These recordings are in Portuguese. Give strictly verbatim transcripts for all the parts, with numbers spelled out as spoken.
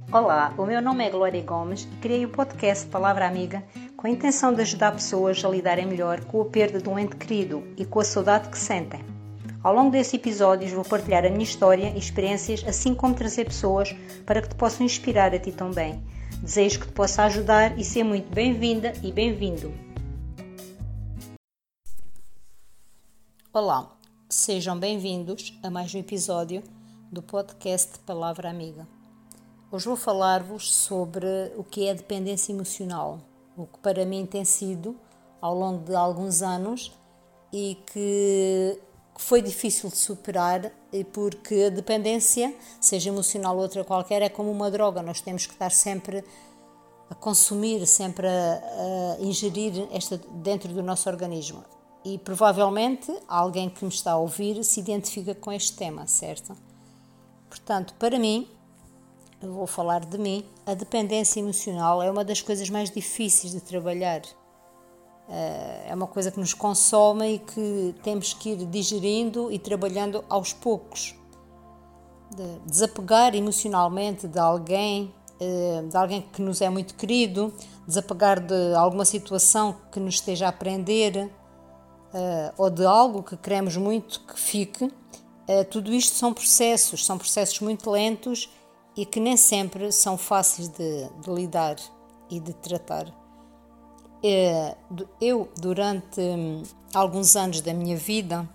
Olá, o meu nome é Glória Gomes e criei o podcast Palavra Amiga com a intenção de ajudar pessoas a lidarem melhor com a perda de um ente querido e com a saudade que sentem. Ao longo destes episódios vou partilhar a minha história e experiências, assim como trazer pessoas para que te possam inspirar a ti também. Desejo que te possa ajudar e ser muito bem-vinda e bem-vindo. Olá, sejam bem-vindos a mais um episódio do podcast Palavra Amiga. Hoje vou falar-vos sobre o que é a dependência emocional, o que para mim tem sido ao longo de alguns anos e que foi difícil de superar, porque a dependência, seja emocional ou outra qualquer, é como uma droga, nós temos que estar sempre a consumir, sempre a, a ingerir esta dentro do nosso organismo. E provavelmente alguém que me está a ouvir se identifica com este tema, certo? Portanto, para mim, eu vou falar de mim, a dependência emocional é uma das coisas mais difíceis de trabalhar. É uma coisa que nos consome e que temos que ir digerindo e trabalhando aos poucos. De desapegar emocionalmente de alguém, de alguém que nos é muito querido, desapegar de alguma situação que nos esteja a prender, ou de algo que queremos muito que fique. Tudo isto são processos, são processos muito lentos e que nem sempre são fáceis de, de lidar e de tratar. Eu, durante alguns anos da minha vida,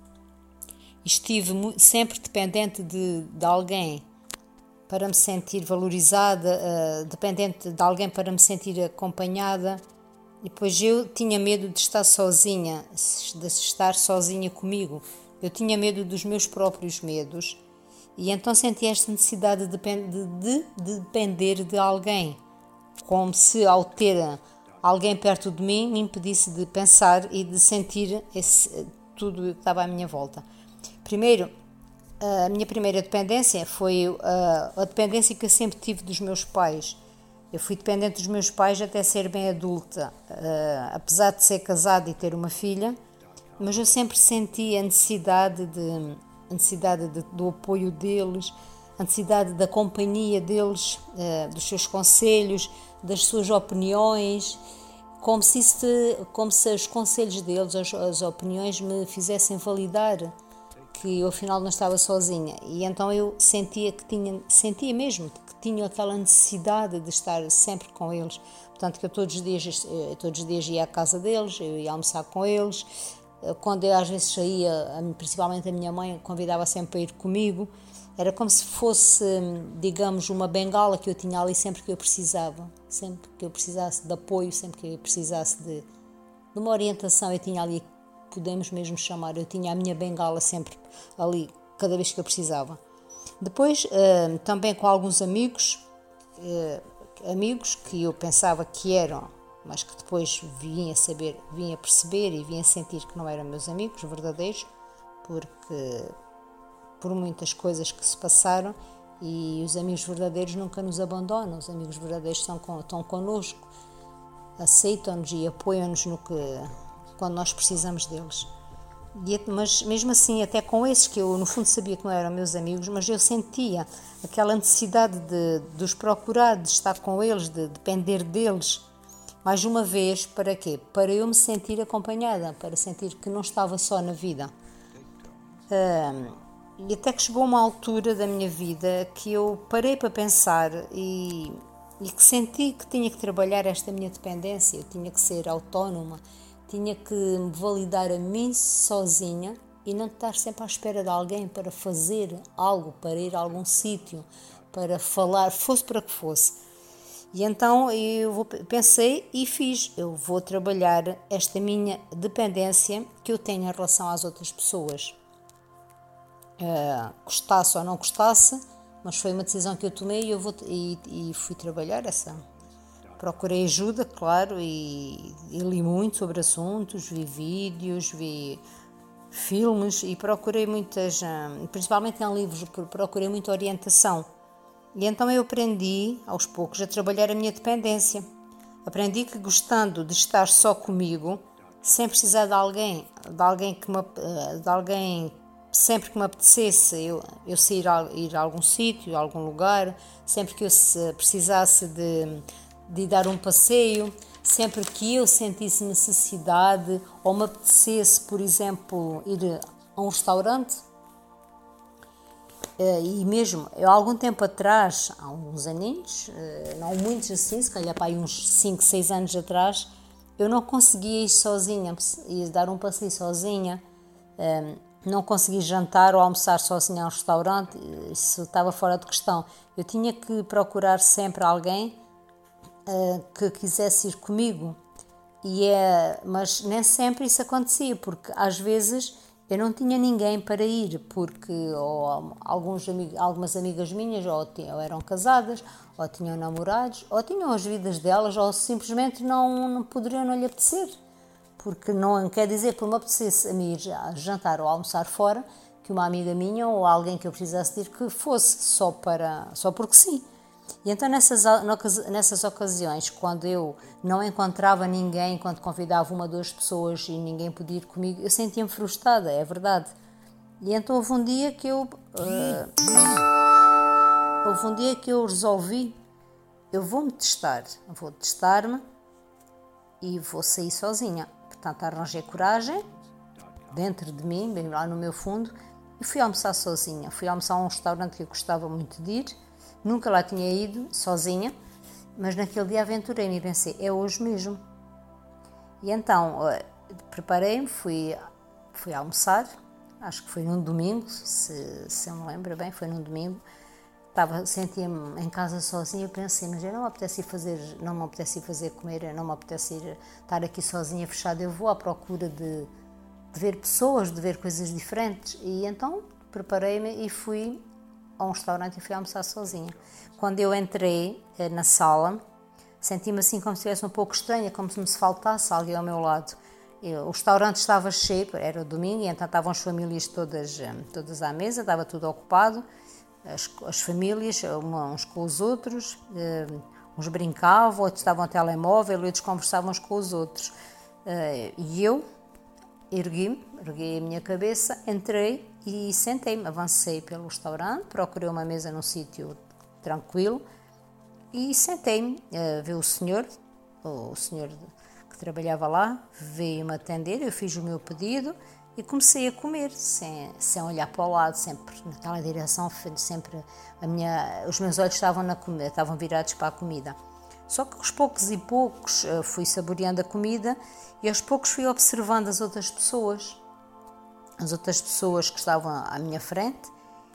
estive sempre dependente de, de alguém para me sentir valorizada, dependente de alguém para me sentir acompanhada, e depois eu tinha medo de estar sozinha, de estar sozinha comigo. Eu tinha medo dos meus próprios medos. E então senti esta necessidade de, de, de, de depender de alguém, como se ao ter alguém perto de mim me impedisse de pensar e de sentir esse, tudo que estava à minha volta. Primeiro, a minha primeira dependência foi a, a dependência que eu sempre tive dos meus pais. Eu fui dependente dos meus pais até ser bem adulta, uh, apesar de ser casada e ter uma filha, mas eu sempre senti a necessidade de... a necessidade de, do apoio deles, a necessidade da companhia deles, uh, dos seus conselhos, das suas opiniões, como se, isso, como se os conselhos deles, as, as opiniões me fizessem validar que eu afinal não estava sozinha. E então eu sentia que tinha, sentia mesmo que tinha aquela necessidade de estar sempre com eles. Portanto, que eu todos os dias, todos os dias ia à casa deles, eu ia almoçar com eles. Quando eu às vezes saía, principalmente a minha mãe convidava sempre para ir comigo, era como se fosse, digamos, uma bengala que eu tinha ali sempre que eu precisava, sempre que eu precisasse de apoio, sempre que eu precisasse de, de uma orientação, eu tinha ali, podemos mesmo chamar, eu tinha a minha bengala sempre ali, cada vez que eu precisava. Depois, também com alguns amigos, amigos que eu pensava que eram, mas que depois vim a saber, vim a perceber e vim a sentir que não eram meus amigos verdadeiros, porque por muitas coisas que se passaram, e os amigos verdadeiros nunca nos abandonam, os amigos verdadeiros estão, com, estão connosco, aceitam-nos e apoiam-nos no que, quando nós precisamos deles. E, mas mesmo assim, até com esses que eu no fundo sabia que não eram meus amigos, mas eu sentia aquela necessidade de, de os procurar, de estar com eles, de depender deles, mais uma vez, para quê? Para eu me sentir acompanhada, para sentir que não estava só na vida. Um, e até que chegou uma altura da minha vida que eu parei para pensar e, e que senti que tinha que trabalhar esta minha dependência, eu tinha que ser autónoma, tinha que me validar a mim sozinha e não estar sempre à espera de alguém para fazer algo, para ir a algum sítio, para falar, fosse para que fosse. E então eu pensei e fiz, eu vou trabalhar esta minha dependência que eu tenho em relação às outras pessoas. Uh, gostasse ou não gostasse, mas foi uma decisão que eu tomei e, eu vou, e, e fui trabalhar essa. Procurei ajuda, claro, e, e li muito sobre assuntos, vi vídeos, vi filmes e procurei muitas, principalmente em livros, procurei muita orientação. E então eu aprendi, aos poucos, a trabalhar a minha dependência. Aprendi que gostando de estar só comigo, sem precisar de alguém, de alguém, que me, de alguém sempre que me apetecesse eu, eu sair a, ir a algum sítio, a algum lugar, sempre que eu precisasse de, de dar um passeio, sempre que eu sentisse necessidade ou me apetecesse, por exemplo, ir a um restaurante. E mesmo, eu, há algum tempo atrás, há uns aninhos, não muitos assim, se calhar para aí uns cinco, seis anos atrás, eu não conseguia ir sozinha, ir dar um passeio sozinha, não conseguia jantar ou almoçar sozinha a um restaurante, isso estava fora de questão. Eu tinha que procurar sempre alguém que quisesse ir comigo, e é, mas nem sempre isso acontecia, porque às vezes eu não tinha ninguém para ir, porque ou alguns amigos, algumas amigas minhas ou, tinham, ou eram casadas, ou tinham namorados, ou tinham as vidas delas, ou simplesmente não, não poderiam, não lhe apetecer. Porque não quer dizer, por me apetecesse a mim ir a jantar ou almoçar fora, que uma amiga minha ou alguém que eu precisasse ir que fosse só, para, só porque sim. E então nessas, nessas ocasiões, quando eu não encontrava ninguém, quando convidava uma, duas pessoas e ninguém podia ir comigo, eu sentia-me frustrada, é verdade. E então houve um dia que eu uh, houve um dia que eu resolvi, eu vou-me testar, vou testar-me e vou sair sozinha. Portanto, arranjei coragem dentro de mim, bem lá no meu fundo, e fui almoçar sozinha. Fui almoçar a um restaurante que eu gostava muito de ir. Nunca lá tinha ido, sozinha, mas naquele dia aventurei-me e pensei, é hoje mesmo. E então, preparei-me, fui, fui almoçar, acho que foi num domingo, se, se eu me lembro bem, foi num domingo. Estava, sentia-me em casa sozinha e pensei, mas eu não me apetece ir fazer, não me apetece ir fazer comer, não me apetece ir, estar aqui sozinha, fechada, eu vou à procura de, de ver pessoas, de ver coisas diferentes. E então, preparei-me e fui a um restaurante e fui almoçar sozinha. Quando eu entrei na sala, senti-me assim como se estivesse um pouco estranha, como se me faltasse alguém ao meu lado. Eu, o restaurante estava cheio, era domingo, e então estavam as famílias todas, todas à mesa, estava tudo ocupado, as, as famílias, uns com os outros, uns brincavam, outros estavam ao telemóvel, outros conversavam uns com os outros. E eu ergui-me, ergui a minha cabeça, entrei e sentei-me, avancei pelo restaurante, procurei uma mesa num sítio tranquilo e sentei-me a ver o senhor, o senhor que trabalhava lá, veio-me atender, eu fiz o meu pedido e comecei a comer, sem, sem olhar para o lado, sempre naquela direção, sempre a minha, os meus olhos estavam, na comida, estavam virados para a comida. Só que aos poucos e poucos fui saboreando a comida e aos poucos fui observando as outras pessoas, as outras pessoas que estavam à minha frente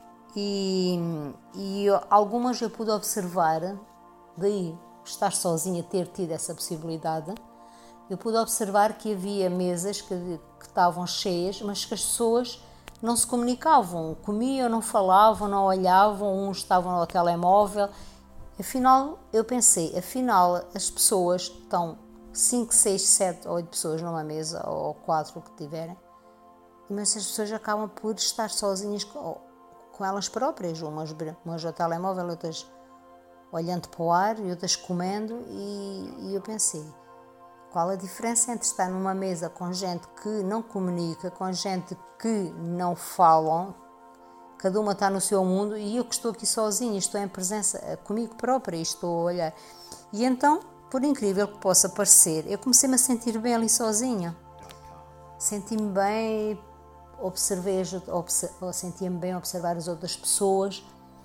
e, e algumas eu pude observar, daí estar sozinha, ter tido essa possibilidade, eu pude observar que havia mesas que, que estavam cheias, mas que as pessoas não se comunicavam, comiam, não falavam, não olhavam, uns estavam ao telemóvel. Afinal, eu pensei, afinal, as pessoas estão cinco, seis, sete, oito pessoas numa mesa, ou quatro, o que tiverem, mas as pessoas acabam por estar sozinhas com, com elas próprias, umas, umas ao telemóvel, outras olhando para o ar e outras comendo, e, e eu pensei, qual a diferença entre estar numa mesa com gente que não comunica, com gente que não falam, cada uma está no seu mundo e eu que estou aqui sozinha, estou em presença comigo própria e estou a olhar. E então, por incrível que possa parecer, eu comecei-me a sentir bem ali sozinha. Senti-me bem, observei, sentia-me bem a observar as outras pessoas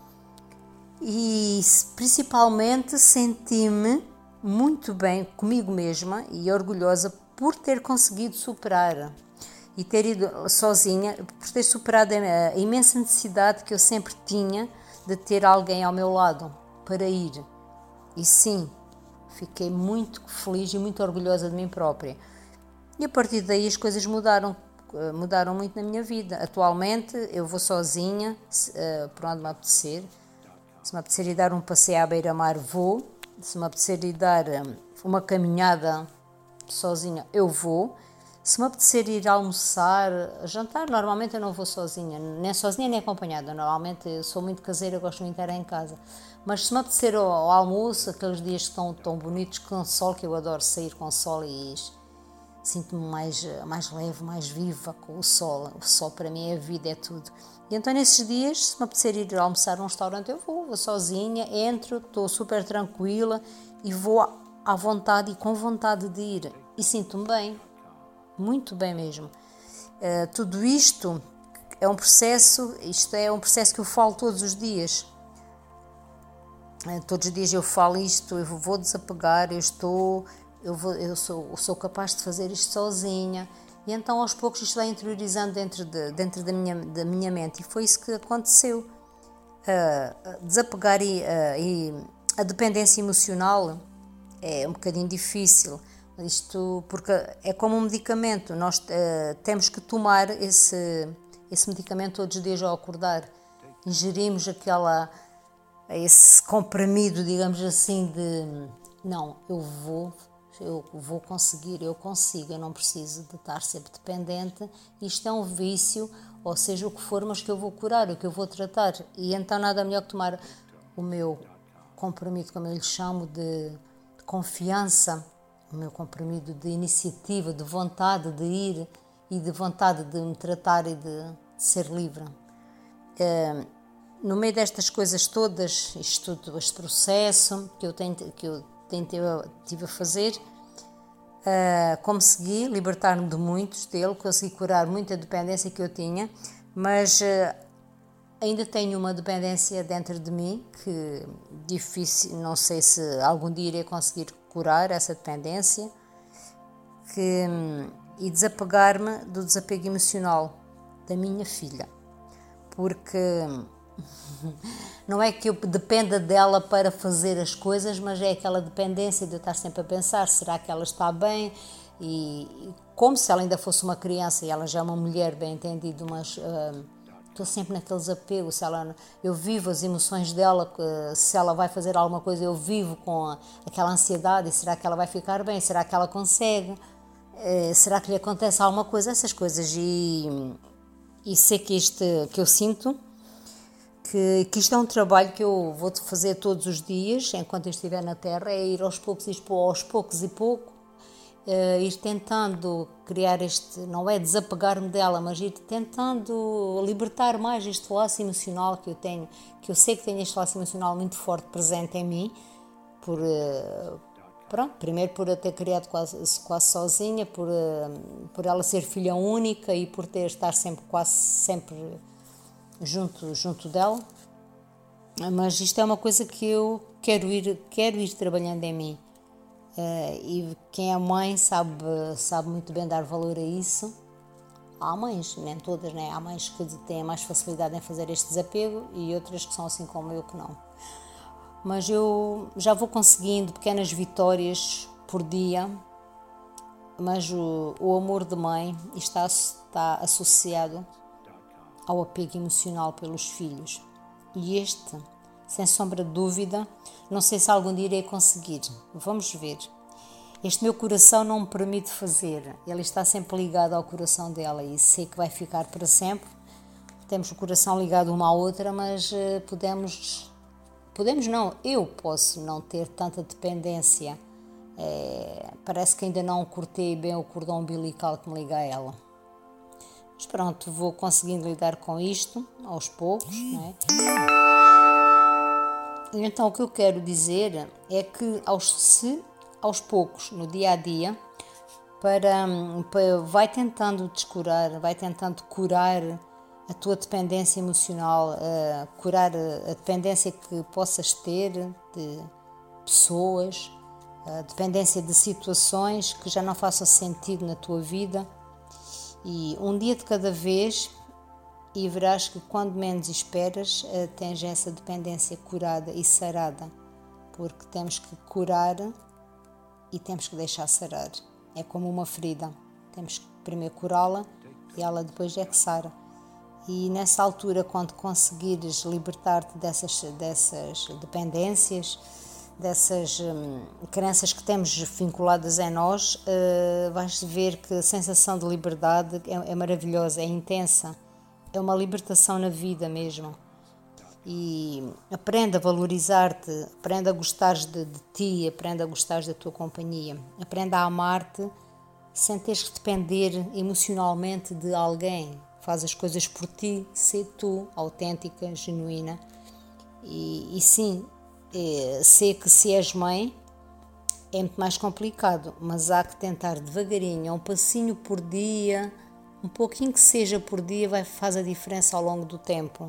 e principalmente senti-me muito bem comigo mesma e orgulhosa por ter conseguido superar e ter ido sozinha, por ter superado a imensa necessidade que eu sempre tinha de ter alguém ao meu lado para ir. E sim, fiquei muito feliz e muito orgulhosa de mim própria. E a partir daí as coisas mudaram, mudaram muito na minha vida. Atualmente eu vou sozinha, por onde me apetecer. Se me apetecer ir dar um passeio à beira-mar, vou. Se me apetecer ir dar uma caminhada sozinha, eu vou. Se me apetecer ir almoçar, jantar, normalmente eu não vou sozinha, nem sozinha nem acompanhada. Normalmente eu sou muito caseira, eu gosto muito de estar em casa. Mas se me apetecer ao, ao almoço, aqueles dias que estão tão bonitos com sol, que eu adoro sair com sol e sinto-me mais, mais leve, mais viva com o sol. O sol para mim é a vida, é tudo. E então nesses dias, se me apetecer ir almoçar num restaurante, eu vou, vou sozinha, entro, estou super tranquila e vou à vontade e com vontade de ir. E sinto-me bem, muito bem mesmo. Uh, tudo isto é um processo, isto é um processo que eu falo todos os dias. Uh, todos os dias eu falo isto, eu vou desapegar, eu estou, eu, vou, eu, sou, eu sou capaz de fazer isto sozinha. E então aos poucos isto vai interiorizando dentro, de, dentro da, minha, da minha mente. E foi isso que aconteceu. Uh, desapegar e, uh, e a dependência emocional é um bocadinho difícil. Isto porque é como um medicamento. Nós uh, temos que tomar esse, esse medicamento todos os dias ao acordar. Ingerimos aquela, esse comprimido, digamos assim, de não, eu vou... eu vou conseguir, eu consigo, eu não preciso de estar sempre dependente, isto é um vício, ou seja, o que for, mas que eu vou curar, o que eu vou tratar. E então nada melhor que tomar o meu comprimido, como eu lhe chamo, de, de confiança, o meu comprimido de iniciativa, de vontade de ir e de vontade de me tratar e de, de ser livre. É, no meio destas coisas todas, isto tudo, este processo que eu tenho, que eu tentei, tive a fazer, uh, consegui libertar-me de muitos dele, consegui curar muita dependência que eu tinha, mas uh, ainda tenho uma dependência dentro de mim que difícil, não sei se algum dia irei conseguir curar essa dependência, que, e desapegar-me do desapego emocional da minha filha, porque não é que eu dependa dela para fazer as coisas, mas é aquela dependência de eu estar sempre a pensar, será que ela está bem? E como se ela ainda fosse uma criança, e ela já é uma mulher bem entendida, mas uh, estou sempre naqueles apegos, se ela, eu vivo as emoções dela, uh, se ela vai fazer alguma coisa, eu vivo com a, aquela ansiedade, e será que ela vai ficar bem? Será que ela consegue? Uh, será que lhe acontece alguma coisa? Essas coisas, e, e sei que, este, que eu sinto Que, que isto é um trabalho que eu vou fazer todos os dias, enquanto eu estiver na Terra, é ir aos poucos, ir aos poucos e pouco, uh, ir tentando criar este, não é desapegar-me dela, mas ir tentando libertar mais este laço emocional que eu tenho, que eu sei que tenho este laço emocional muito forte presente em mim, por, uh, pronto, primeiro por a ter criado quase, quase sozinha, por, uh, por ela ser filha única e por ter estar sempre, quase sempre junto, junto dela, mas isto é uma coisa que eu quero ir, quero ir trabalhando em mim, uh, e quem é mãe sabe, sabe muito bem dar valor a isso. Há mães, nem todas, né? Há mães que têm mais facilidade em fazer este desapego e outras que são assim como eu que não, mas eu já vou conseguindo pequenas vitórias por dia, mas o, o amor de mãe está, está associado ao apego emocional pelos filhos. E este, sem sombra de dúvida, não sei se algum dia irei conseguir. Vamos ver. Este meu coração não me permite fazer. Ele está sempre ligado ao coração dela e sei que vai ficar para sempre. Temos o coração ligado uma à outra, mas uh, podemos... Podemos não, eu posso não ter tanta dependência. É, parece que ainda não cortei bem o cordão umbilical que me liga a ela. Mas pronto, vou conseguindo lidar com isto aos poucos, não é? E então o que eu quero dizer é que aos, se aos poucos, no dia a dia, para, para, vai tentando descurar, vai tentando curar a tua dependência emocional, uh, curar a dependência que possas ter de pessoas, a dependência de situações que já não façam sentido na tua vida. E um dia de cada vez, e verás que quando menos esperas, tens essa dependência curada e sarada, porque temos que curar e temos que deixar sarar. É como uma ferida, temos que primeiro curá-la e ela depois é que sara. E nessa altura, quando conseguires libertar-te dessas, dessas dependências, dessas hum, crenças que temos vinculadas em nós, uh, vais ver que a sensação de liberdade é, é maravilhosa, é intensa, é uma libertação na vida mesmo. E aprenda a valorizar-te, aprenda a gostar de, de ti, aprenda a gostar da tua companhia, aprenda a amar-te sem teres que depender emocionalmente de alguém. Faz as coisas por ti, ser tu, autêntica, genuína. E, e sim, é, sei que se és mãe é muito mais complicado, mas há que tentar devagarinho, um passinho por dia, um pouquinho que seja por dia, vai, faz a diferença ao longo do tempo.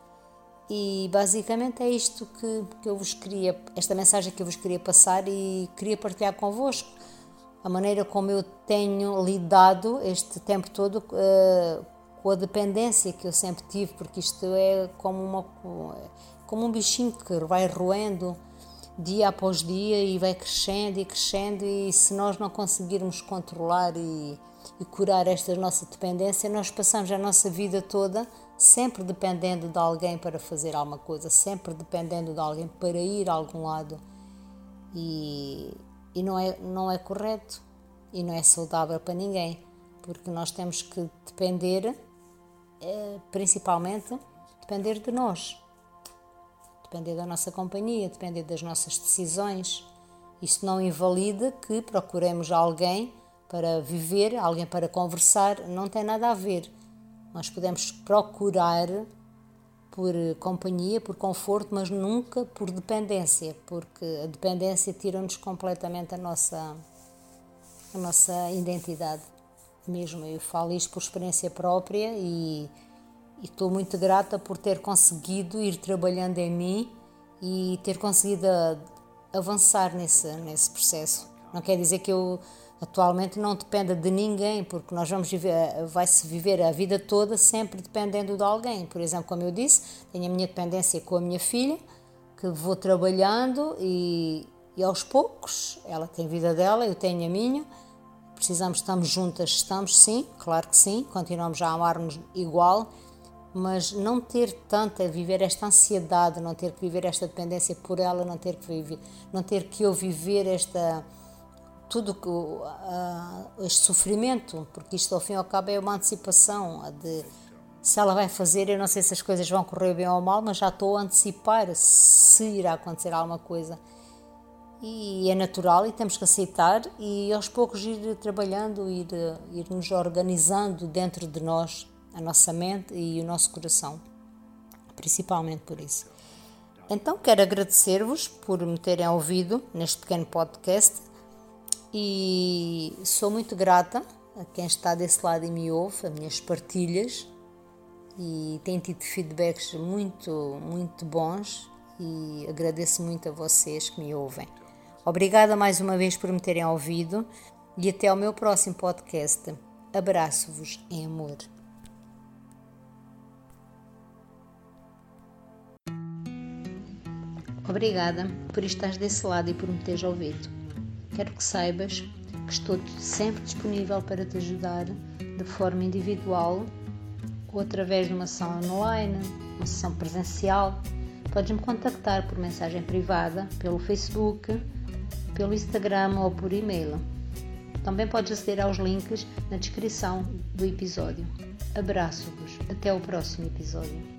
E basicamente é isto que, que eu vos queria, esta mensagem que eu vos queria passar e queria partilhar convosco. A maneira como eu tenho lidado este tempo todo uh, com a dependência que eu sempre tive, porque isto é como, uma, como um bichinho que vai roendo dia após dia e vai crescendo e crescendo, e se nós não conseguirmos controlar e, e curar esta nossa dependência, nós passamos a nossa vida toda sempre dependendo de alguém para fazer alguma coisa, sempre dependendo de alguém para ir a algum lado. E, e não é, não é correto e não é saudável para ninguém, porque nós temos que depender, é, principalmente, depender de nós. Depender da nossa companhia, depender das nossas decisões. Isso não invalida que procuremos alguém para viver, alguém para conversar, não tem nada a ver. Nós podemos procurar por companhia, por conforto, mas nunca por dependência, porque a dependência tira-nos completamente a nossa, a nossa identidade. Mesmo eu falo isto por experiência própria e E estou muito grata por ter conseguido ir trabalhando em mim e ter conseguido avançar nesse, nesse processo. Não quer dizer que eu atualmente não dependa de ninguém, porque nós vamos viver, vai-se viver a vida toda sempre dependendo de alguém. Por exemplo, como eu disse, tenho a minha dependência com a minha filha, que vou trabalhando e, e aos poucos, ela tem a vida dela, eu tenho a minha. Precisamos, estamos juntas, estamos sim, claro que sim, continuamos a amar-nos igual, mas não ter tanta, viver esta ansiedade, não ter que viver esta dependência por ela, não ter que viver, não ter que eu viver esta, tudo que, uh, este sofrimento, porque isto ao fim e ao cabo é uma antecipação de se ela vai fazer, eu não sei se as coisas vão correr bem ou mal, mas já estou a antecipar se irá acontecer alguma coisa. E é natural e temos que aceitar e aos poucos ir trabalhando, ir, ir nos organizando dentro de nós, a nossa mente e o nosso coração, principalmente por isso. Então quero agradecer-vos por me terem ouvido neste pequeno podcast e sou muito grata a quem está desse lado e me ouve, as minhas partilhas, e tenho tido feedbacks muito, muito bons e agradeço muito a vocês que me ouvem. Obrigada mais uma vez por me terem ouvido e até ao meu próximo podcast. Abraço-vos em amor. Obrigada por estares desse lado e por me teres ouvido. Quero que saibas que estou sempre disponível para te ajudar de forma individual ou através de uma sessão online, uma sessão presencial. Podes-me contactar por mensagem privada, pelo Facebook, pelo Instagram ou por e-mail. Também podes aceder aos links na descrição do episódio. Abraço-vos. Até o próximo episódio.